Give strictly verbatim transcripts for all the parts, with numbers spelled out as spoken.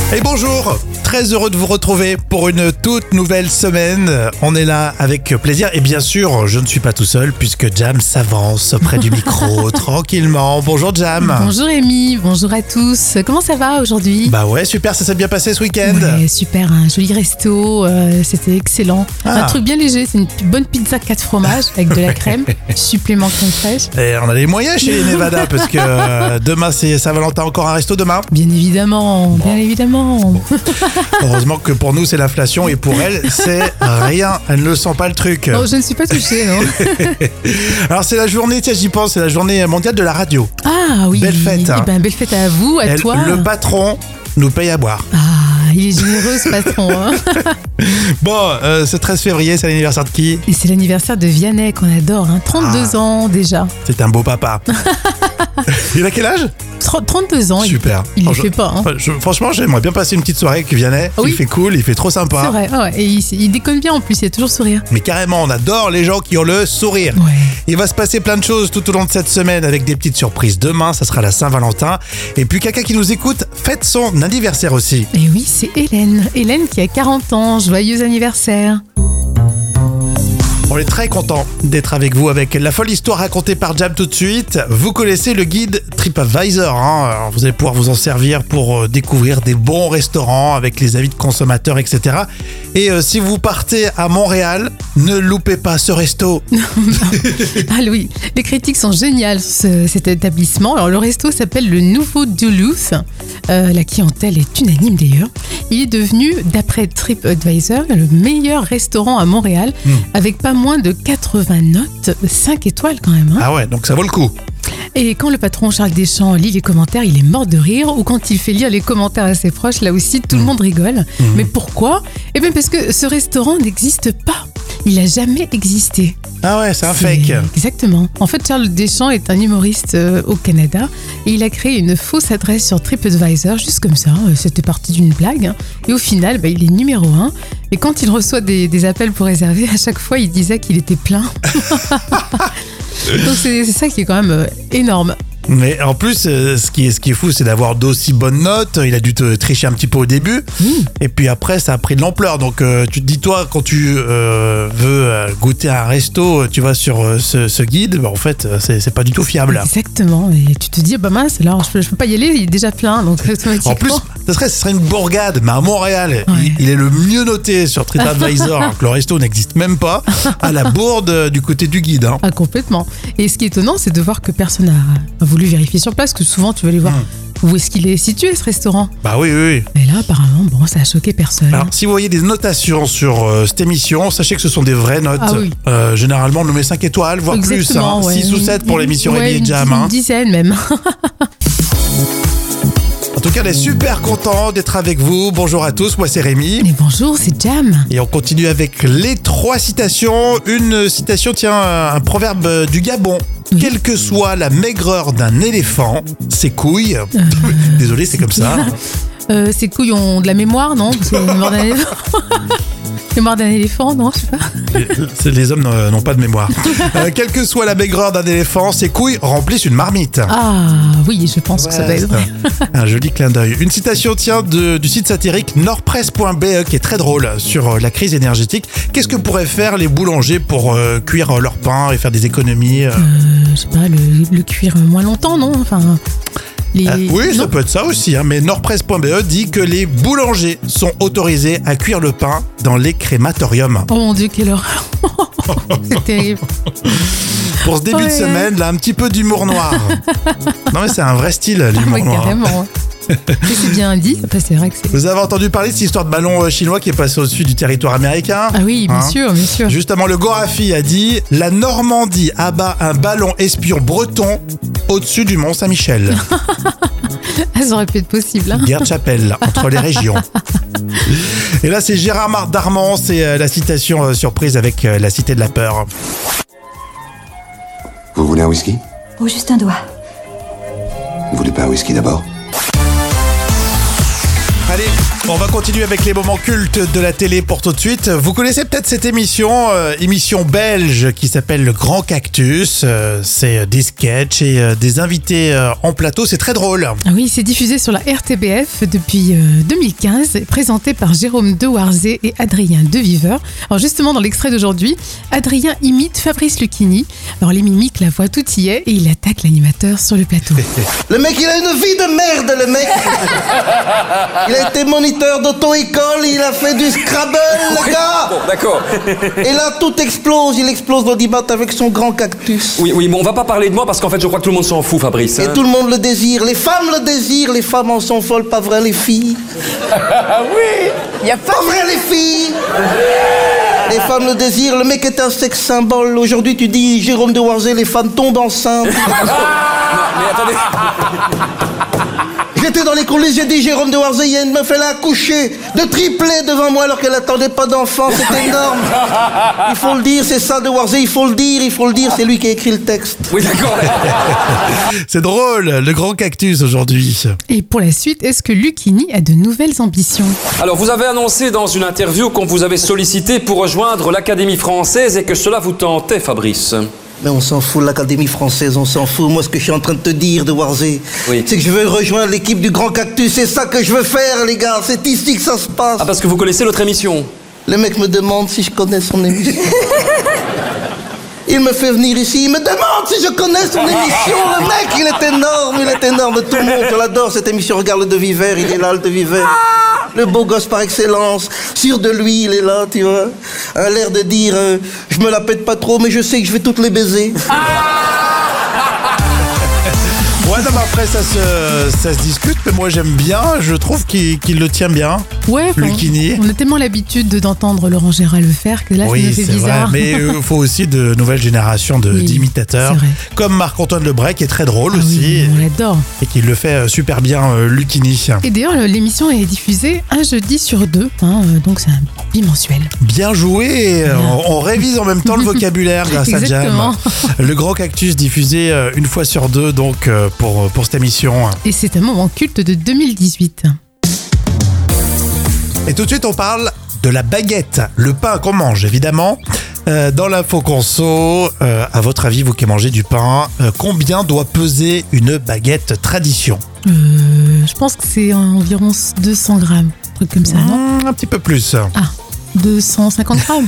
Et bonjour, très heureux de vous retrouver pour une toute nouvelle semaine. On est là avec plaisir et bien sûr, je ne suis pas tout seul puisque Jam s'avance près du micro tranquillement. Bonjour Jam. Bonjour Rémi, bonjour à tous. Comment ça va aujourd'hui ? Bah ouais, super, ça s'est bien passé ce week-end. Ouais, super, un joli resto, euh, c'était excellent. Ah. Un truc bien léger, c'est une bonne pizza quatre fromages avec de la crème, supplément crème fraîche. Et on a les moyens chez Nevada parce que euh, demain c'est Saint-Valentin, encore un resto demain. Bien évidemment, Bon. bien évidemment. Bon. Heureusement que pour nous c'est l'inflation et pour elle c'est rien, elle ne sent pas le truc. Oh, je ne suis pas touchée, non. Alors c'est la journée, tiens j'y pense, c'est la journée mondiale de la radio. Ah oui, Belle fête, hein. Eh ben, belle fête à vous, à Elle- toi. le patron nous paye à boire. Ah, il est généreux ce patron. Hein. Bon, euh, ce treize février, c'est l'anniversaire de qui ? Et c'est l'anniversaire de Vianney qu'on adore, hein. trente-deux Ah. ans déjà. C'est un beau papa. Il a quel âge ? trente trente-deux ans, il- Super. il ne le Franch- fait pas. Hein. je- franchement, j'aimerais bien passer une petite soirée avec Vianney. Oui. Il fait cool, il fait trop C'est sympa. vrai, ah ouais. Et il, il déconne bien en plus, il a toujours sourire. Mais carrément, on adore les gens qui ont le sourire. Ouais. Il va se passer plein de choses tout au long de cette semaine avec des petites surprises. Demain, ça sera la Saint-Valentin. Et puis, quelqu'un qui nous écoute fête son anniversaire aussi. Et oui, c'est Hélène. Hélène qui a quarante ans. Joyeux anniversaire. On est très content d'être avec vous avec la folle histoire racontée par Jam tout de suite. Vous connaissez le guide TripAdvisor, hein. Alors, vous allez pouvoir vous en servir pour euh, découvrir des bons restaurants avec les avis de consommateurs, et cetera. Et euh, si vous partez à Montréal, ne loupez pas ce resto. Ah oui, les critiques sont géniales sur ce- cet établissement. Alors le resto s'appelle le Nouveau Duluth. Euh, la clientèle est unanime d'ailleurs. Il est devenu, d'après TripAdvisor, le meilleur restaurant à Montréal Mm. avec pas moins de quatre-vingts notes, cinq étoiles quand même. Hein. Ah ouais, donc ça vaut le coup. Et quand le patron Charles Deschamps lit les commentaires, il est mort de rire. Ou quand il fait lire les commentaires à ses proches, là aussi, tout le monde rigole. Mhm. Mais pourquoi ? Eh bien parce que ce restaurant n'existe pas. Il n'a jamais existé. Ah ouais, c'est un C'est- fake. Exactement. En fait, Charles Deschamps est un humoriste euh, au Canada et il a créé une fausse adresse sur TripAdvisor, juste comme ça. euh, C'était parti d'une blague. Hein. Et au final, bah, il est numéro un. Et quand il reçoit des, des appels pour réserver, à chaque fois, il disait qu'il était plein. Donc c'est c'est ça qui est quand même euh, énorme. Mais en plus, euh, ce qui est, ce qui est fou, c'est d'avoir d'aussi bonnes notes. Il a dû te tricher un petit peu au début. Mmh. Et puis après, ça a pris de l'ampleur. Donc, euh, tu te dis, toi, quand tu euh, veux euh, goûter un resto, tu vas sur euh, ce, ce guide, bah, en fait, euh, c'est, c'est pas du tout fiable. Exactement. Et tu te dis, bah mince, alors je peux, je peux pas y aller, il est déjà plein. Donc automatiquement. En plus, ce serait, ce serait une bourgade, mais à Montréal, Ouais. il, il est le mieux noté sur TripAdvisor, alors que le resto n'existe même pas, à la bourde euh, du côté du guide. Hein. Ah, complètement. Et ce qui est étonnant, c'est de voir que personne n'a a voulu vérifier sur place, que souvent tu vas aller voir Mmh. où est-ce qu'il est situé ce restaurant. Bah oui, oui, oui. Mais là, apparemment, bon, ça a choqué personne. Alors, si vous voyez des notations sur euh, cette émission, sachez que ce sont des vraies notes. Ah oui. Euh, généralement, on nous met cinq étoiles, voire Exactement, plus. ouais. six ou sept pour l'émission Ouais, Rémi et une Jam. dix- Hein. Une dizaine même. En tout cas, on est super content d'être avec vous. Bonjour à tous, moi c'est Rémi. Mais bonjour, c'est Jam. Et on continue avec les trois citations. Une citation, tiens, un proverbe du Gabon. Oui. Quelle que soit la maigreur d'un éléphant, ses couilles... Désolé, c'est comme ça. Euh, ces couilles ont de la mémoire, non ? Parce que la mémoire d'un éléphant. Mémoire d'un éléphant, non ? Je sais pas. Les, c'est- les hommes n'ont n'ont pas de mémoire. Euh, quelle que soit la maigreur d'un éléphant, ses couilles remplissent une marmite. Ah oui, je pense que ça doit Ouais, être vrai. c'est un, un joli clin d'œil. Une citation tient de, du site satirique nordpresse point b e qui est très drôle sur euh, la crise énergétique. Qu'est-ce que pourraient faire les boulangers pour euh, cuire euh, leur pain et faire des économies euh Euh, je sais pas, le, le cuire moins longtemps, non ? Enfin. Les... Ah, oui, ça non peut être ça aussi, hein, mais nordpresse point b e dit que les boulangers sont autorisés à cuire le pain dans les crématoriums. Oh mon Dieu, quelle horreur. C'est terrible. Pour ce début de Ouais. semaine, là, un petit peu d'humour noir. Non mais c'est un vrai style, l'humour Ouais, noir. carrément. Et c'est bien dit. Après, c'est vrai que c'est. Vous avez entendu parler de cette histoire de ballon euh, chinois qui est passé au-dessus du territoire américain ? Ah oui, bien Hein sûr, bien sûr. Justement, le Gorafi a dit « La Normandie abat un ballon espion breton au-dessus du Mont Saint-Michel. Ah, ça aurait pu être possible. Hein. Guerre de chapelle entre les régions. » Et là, c'est Gérard Mar- Darmon, c'est euh, la citation euh, surprise avec euh, la Cité de la Peur. Vous voulez un whisky? Oh, juste un doigt. Vous voulez pas un whisky d'abord? Allez, On va continuer avec les moments cultes de la télé pour tout de suite. Vous connaissez peut-être cette émission, euh, émission belge qui s'appelle Le Grand Cactus. Euh, c'est des sketchs et euh, des invités euh, en plateau. C'est très drôle. Ah oui, c'est diffusé sur la R T B F depuis euh, deux mille quinze, présenté par Jérôme Dewarzé et Adrien Deviveur. Alors justement, dans l'extrait d'aujourd'hui, Adrien imite Fabrice Lucchini. Alors les mimiques, la voix, tout y est, et il attaque l'animateur sur le plateau. Le mec, il a une vie de merde, le mec. Il a été moniteur d'auto-école, il a fait du Scrabble, le gars. Bon, d'accord. Et là, tout explose. Il explose l'audimat avec son grand cactus. Oui, oui, bon, on va pas parler de moi parce qu'en fait, je crois que tout le monde s'en fout, Fabrice. Et hein. tout le monde le désire. Les femmes le désirent. Les femmes en sont folles, pas vrai, les filles? Ah oui. Y a pas vrai, les filles? Les femmes le désirent. Le mec est un sexe symbole. Aujourd'hui, tu dis Jérôme Dewarzé, les femmes tombent enceintes. Non, mais attendez. J'étais dans les coulisses, j'ai dit Jérôme Dewarzé, il y a une meuf, elle a accouché de triplé devant moi alors qu'elle attendait pas d'enfant, c'est énorme. Il faut le dire, c'est ça Dewarzé, il faut le dire, il faut le dire, c'est lui qui a écrit le texte. Oui, d'accord. C'est drôle, Le Grand Cactus aujourd'hui. Et pour la suite, est-ce que Lucchini a de nouvelles ambitions? Alors, vous avez annoncé dans une interview qu'on vous avait sollicité pour rejoindre l'Académie française et que cela vous tentait, Fabrice. Mais on s'en fout, l'Académie française, on s'en fout. Moi, ce que je suis en train de te dire, Dewarzé, Oui. c'est que je veux rejoindre l'équipe du Grand Cactus. C'est ça que je veux faire, les gars. C'est ici que ça se passe. Ah, parce que vous connaissez l'autre émission. Le mec me demande si je connais son émission. Il me fait venir ici, il me demande si je connais son émission. Le mec, il est énorme, il est énorme. Tout le monde, je l'adore, cette émission. Regarde le Deviveur, il est là, le Deviveur. Le beau gosse par excellence, sûr de lui, il est là, tu vois. A l'air de dire, euh, je me la pète pas trop, mais je sais que je vais toutes les baiser. Ouais, non, mais après, ça se, ça se discute, mais moi j'aime bien. Je trouve qu'il qu'il le tient bien. Ouais, enfin, Lucchini. on a tellement l'habitude de- d'entendre Laurent Gérard le faire que là, ça Oui, nous fait c'est bizarre. vrai, mais il faut aussi de nouvelles générations de- Oui, d'imitateurs, c'est vrai. comme Marc-Antoine Lebray, qui est très drôle Ah aussi, oui, on l'adore. et qui le fait euh, super bien, euh, Lucchini. Et d'ailleurs, le- l'émission est diffusée un jeudi sur deux, hein, euh, donc c'est un bimensuel. Bien joué, on, on révise en même temps le vocabulaire grâce à Jam. Exactement. Le Grand Cactus diffusé euh, une fois sur deux donc euh, pour, pour cette émission. Et c'est un moment culte de deux mille dix-huit. Et tout de suite on parle de la baguette, le pain qu'on mange évidemment. Euh, dans l'info conso, euh, à votre avis, vous qui mangez du pain, euh, combien doit peser une baguette tradition? Euh, je pense que c'est environ deux cents grammes, un truc comme ça, non? Mmh, Un petit peu plus. Ah, deux cent cinquante grammes.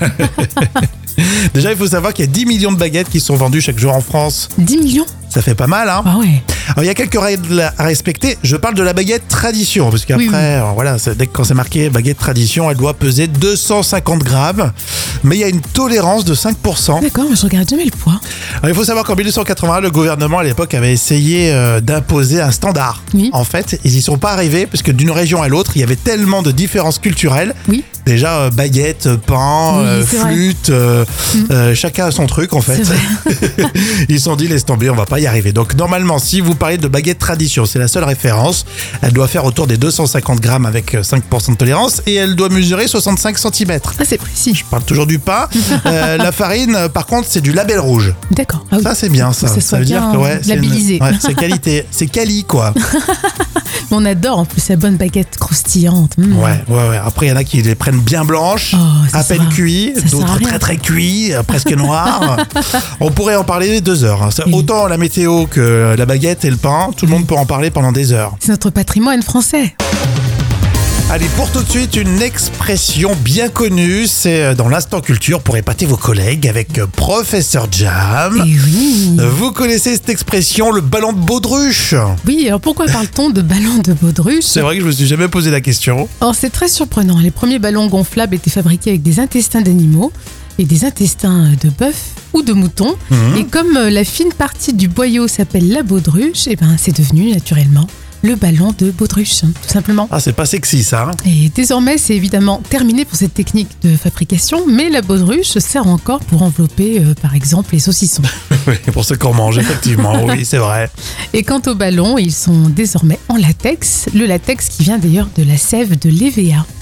Déjà, il faut savoir qu'il y a dix millions de baguettes qui sont vendues chaque jour en France. dix millions? Ça fait pas mal, hein? Ah ouais. Alors, il y a quelques règles à respecter. Je parle de la baguette tradition, parce qu'après, Oui, oui. euh, voilà, c'est- dès que quand c'est marqué baguette tradition, elle doit peser deux cent cinquante grammes. Mais il y a une tolérance de cinq pour cent. D'accord, mais je regarde jamais le poids. Alors, il faut savoir qu'en mille neuf cent quatre-vingt-un, le gouvernement à l'époque avait essayé euh, d'imposer un standard. Oui. En fait, ils y sont pas arrivés, parce que d'une région à l'autre, il y avait tellement de différences culturelles. Oui. Déjà, euh, baguette, pain, Oui, euh, c'est vrai. flûte, euh, euh, chacun a son truc en fait. C'est Ils se sont dit, laisse tomber, on va pas y arriver. Donc normalement, si vous parlez de baguette tradition, c'est la seule référence. Elle doit faire autour des deux cent cinquante grammes avec cinq pour cent de tolérance et elle doit mesurer soixante-cinq centimètres. Ah, c'est précis. Je parle toujours du pain. Euh, la farine, euh, par contre, c'est du label rouge. D'accord. Ah oui. Ça, c'est bien ça. Que ça Ça soit veut dire bien que ouais, c'est une- labellisé. ouais, c'est qualité. C'est quali, quoi. On adore en plus la bonne baguette croustillante. Mmh. Ouais, ouais, ouais. Après, il y en a qui les prennent bien blanches, Oh, ça à sert peine à- cuits, ça sert à d'autres rien. très très cuits, euh, presque noirs. On pourrait en parler deux heures. hein. Ça- Oui. Autant la météo que la baguette et le pain, tout le monde peut en parler pendant des heures. C'est notre patrimoine français. Allez, pour tout de suite, une expression bien connue, c'est dans l'instant culture pour épater vos collègues avec euh, Professeur Jam. Et oui. Vous connaissez cette expression, le ballon de baudruche? Oui, alors pourquoi parle-t-on de ballon de baudruche? C'est vrai que je me suis jamais posé la question. Alors c'est très surprenant. Les premiers ballons gonflables étaient fabriqués avec des intestins d'animaux et des intestins de bœuf ou de mouton. Mhm. Et comme euh, la fine partie du boyau s'appelle la baudruche, et ben c'est devenu naturellement le ballon de baudruche, hein, tout simplement. Ah, c'est pas sexy ça. hein. Et désormais, c'est évidemment terminé pour cette technique de fabrication, mais la baudruche sert encore pour envelopper, euh, par exemple, les saucissons. Oui, pour ceux qu'on mange, effectivement. Oui, c'est vrai. Et quant aux ballons, ils sont désormais en latex, le latex qui vient d'ailleurs de la sève de l'E V A.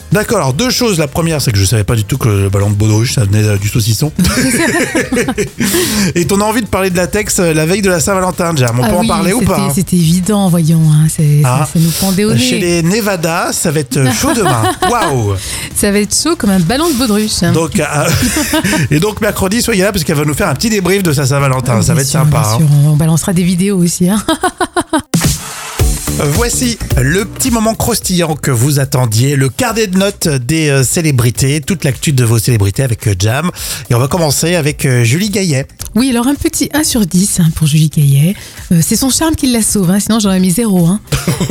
D'accord, alors deux choses. La première, c'est que je savais pas du tout que le ballon de baudruche, ça venait euh, du saucisson. Et ton envie de parler de latex euh, la veille de la Saint-Valentin, Jam, on Ah peut oui, en parler ou c'était- pas hein C'était évident, voyons. Hein, c'est- Ah. ça, ça nous pendait au nez. Chez les Nevada, ça va être chaud demain. Waouh. Ça va être chaud comme un ballon de baudruche. hein. Donc, euh, et donc mercredi, soyez là parce qu'elle va nous faire un petit débrief de sa Saint-Valentin. Ah, Ça va bien être sûr, sympa. bien hein. sûr, on balancera des vidéos aussi. Hein. Voici le petit moment croustillant que vous attendiez, le carnet de notes des euh, célébrités, toute l'actu de vos célébrités avec euh, Jam. Et on va commencer avec euh, Julie Gaillet. Oui, alors un petit un sur dix hein, pour Julie Gaillet. Euh, c'est son charme qui la sauve, hein, sinon j'aurais mis zéro. Hein.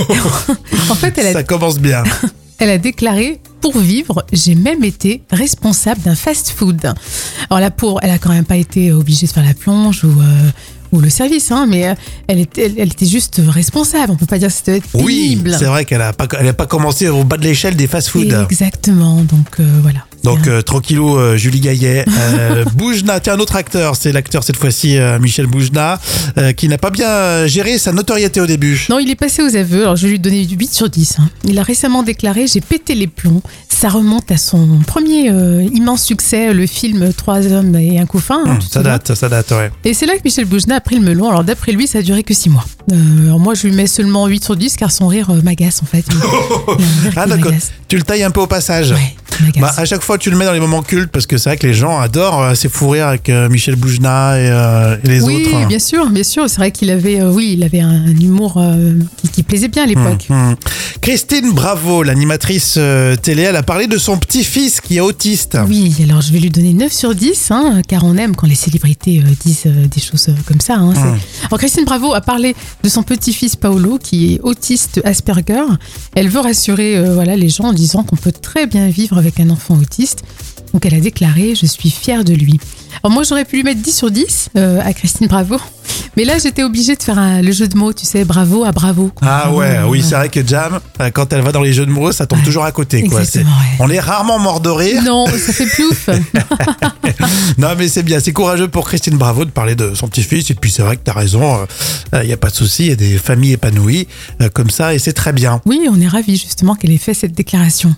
En fait, elle a, Ça commence bien. elle a déclaré « Pour vivre, j'ai même été responsable d'un fast-food ». Alors là, pour, elle a quand même pas été obligée de faire la plonge ou... euh, ou le service, hein, mais euh, elle, était, elle, elle était juste responsable. On peut pas dire que c'était Oui, pénible. c'est vrai qu'elle n'a pas, elle a pas commencé au bas de l'échelle des fast-food. Exactement, donc euh, voilà. Donc C'est un- euh, tranquillou, euh, Julie Gaillet. Euh, Boujna, tiens, un autre acteur, c'est l'acteur cette fois-ci, euh, Michel Boujna, euh, qui n'a pas bien euh, géré sa notoriété au début. Non, il est passé aux aveux, alors je vais lui donner du huit sur dix. hein. Il a récemment déclaré « J'ai pété les plombs ». Ça remonte à son premier euh, immense succès, le film « Trois hommes et un couffin hein, Hum, tu te ça souviens date, ça date, ouais. Et c'est là que Michel Boujna a pris le melon. Alors d'après lui, ça a duré que six mois. Euh, alors moi, je lui mets seulement huit sur dix car son rire euh, m'agace en fait. Il- il a un rire Ah qui d'accord, m'agace. tu le tailles un peu au passage. Ouais, il m'agace. Bah, à chaque fois, tu le mets dans les moments cultes parce que c'est vrai que les gens adorent euh, ces fous rires avec euh, Michel Boujna et, euh, et les oui, autres. bien sûr, bien sûr. C'est vrai qu'il avait, euh, oui, il avait un, un humour euh, qui, qui plaisait bien à l'époque. Hum, hum. Christine Bravo, l'animatrice euh, télé, elle a parlé de son petit-fils qui est autiste. Oui, alors je vais lui donner neuf sur dix, hein, car on aime quand les célébrités euh, disent euh, des choses euh, comme ça. Hein, c'est- Hum. Alors Christine Bravo a parlé de son petit-fils Paolo, qui est autiste Asperger. Elle veut rassurer euh, voilà, les gens en disant qu'on peut très bien vivre avec un enfant autiste. Donc elle a déclaré « Je suis fière de lui ». Alors moi j'aurais pu lui mettre dix sur dix euh, à Christine Bravo, mais là j'étais obligée de faire un- le jeu de mots, tu sais, bravo à bravo. quoi. Ah ouais, Euh, oui, c'est vrai que Jam, euh, quand elle va dans les jeux de mots, ça tombe Ouais, toujours à côté. Quoi. C'est- exactement, ouais. On est rarement mort de rire. Non, ça fait plouf. Non, mais c'est bien, c'est courageux pour Christine Bravo de parler de son petit-fils. Et puis c'est vrai que t'as raison, il n'y a pas de souci, il y a des familles épanouies euh, comme ça et c'est très bien. Oui, on est ravis justement qu'elle ait fait cette déclaration.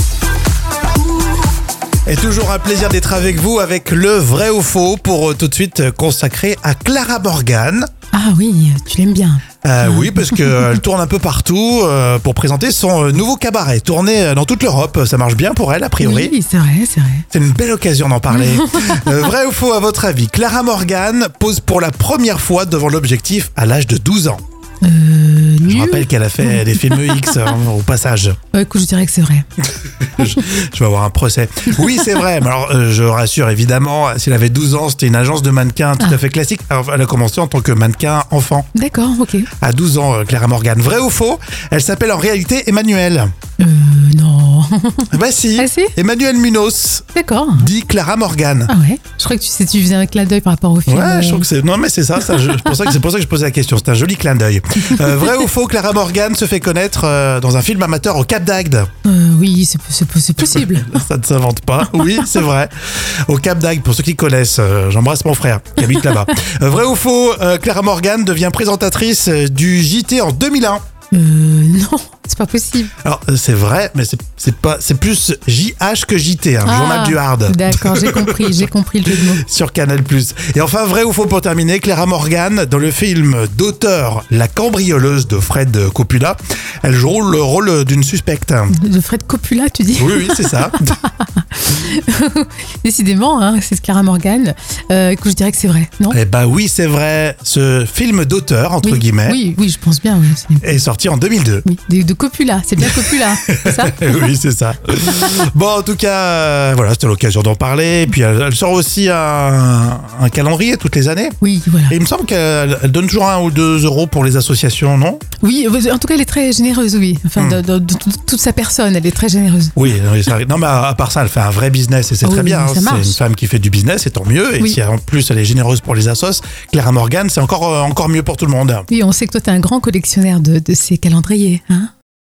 Et toujours un plaisir d'être avec vous avec le vrai ou faux pour euh, tout de suite euh, consacrer à Clara Morgan. Ah oui, tu l'aimes bien. Euh, oui, parce qu'elle tourne un peu partout euh, pour présenter son euh, nouveau cabaret. Tourné euh, dans toute l'Europe, ça marche bien pour elle a priori. Oui, c'est vrai, c'est vrai. C'est une belle occasion d'en parler. Euh, vrai ou faux à votre avis, Clara Morgan pose pour la première fois devant l'objectif à l'âge de douze ans. Euh, Je nul. rappelle qu'elle a fait des films X hein, au passage. Euh, écoute, je dirais que c'est vrai. Je, je vais avoir un procès. Oui, c'est vrai. Mais alors, euh, je rassure évidemment, si elle avait douze ans, c'était une agence de mannequins tout Ah. à fait classique. Alors, elle a commencé en tant que mannequin enfant. D'accord, ok. À douze ans, euh, Clara Morgan. Vrai ou faux? Elle s'appelle en réalité Emmanuel. Euh, non. Bah si. Ah si Emmanuel Munoz, D'accord. dit Clara Morgan. Ah ouais. Je crois que tu sais, tu faisais un clin d'œil par rapport au film. Ouais, je euh, trouve que c'est. Non, mais c'est ça. ça je- c'est pour ça que c'est pour ça que je posais la question. C'est un joli clin d'œil. Euh, vrai ou faux, Clara Morgan se fait connaître euh, dans un film amateur au Cap d'Agde. euh, oui, c'est c'est- c'est possible. Ça ne s'invente pas. Oui, c'est vrai. Au Cap d'Agde, pour ceux qui connaissent, euh, j'embrasse mon frère qui habite là-bas. Euh, vrai ou faux, euh, Clara Morgan devient présentatrice euh, du J T en deux mille un. Euh, non, c'est pas possible. Alors euh, c'est vrai, mais c'est c'est pas c'est plus J H que J T, hein, Ah, journal du hard. D'accord, j'ai compris, j'ai compris le jeu de mots. Sur Canal plus. Et enfin, vrai ou faux pour terminer, Clara Morgan, dans le film d'auteur La cambrioleuse de Fred Coppola, elle joue le rôle d'une suspecte. De Fred Coppola, tu dis. Oui, oui, c'est ça. Décidément, hein, c'est Clara Morgan. Euh, écoute, je dirais que c'est vrai, non? Eh ben oui, c'est vrai. Ce film d'auteur, entre oui, guillemets, Oui, oui, je pense bien. Oui, c'est- est sorti en deux mille deux. oui, de, de Coppola, c'est bien Coppola, c'est ça? Oui, c'est ça. Bon, en tout cas, euh, voilà, c'était l'occasion d'en parler. Et puis, elle, elle sort aussi un, un calendrier toutes les années. Oui, voilà. Et il me semble qu'elle elle donne toujours un ou deux euros pour les associations, non? Oui, en tout cas, elle est très généreuse, oui. Enfin, Hmm. de, de- de toute- toute sa personne, elle est très généreuse. Oui, oui, ça arrive. Non, mais à part ça, elle fait un vrai business et c'est Ah très oui, bien. ça hein. C'est marche. une femme qui fait du business et tant mieux. Et Oui. si en plus elle est généreuse pour les assos, Clara Morgan, c'est encore, euh, encore mieux pour tout le monde. Oui, on sait que toi, tu es un grand collectionneur de, de ces calendriers, hein?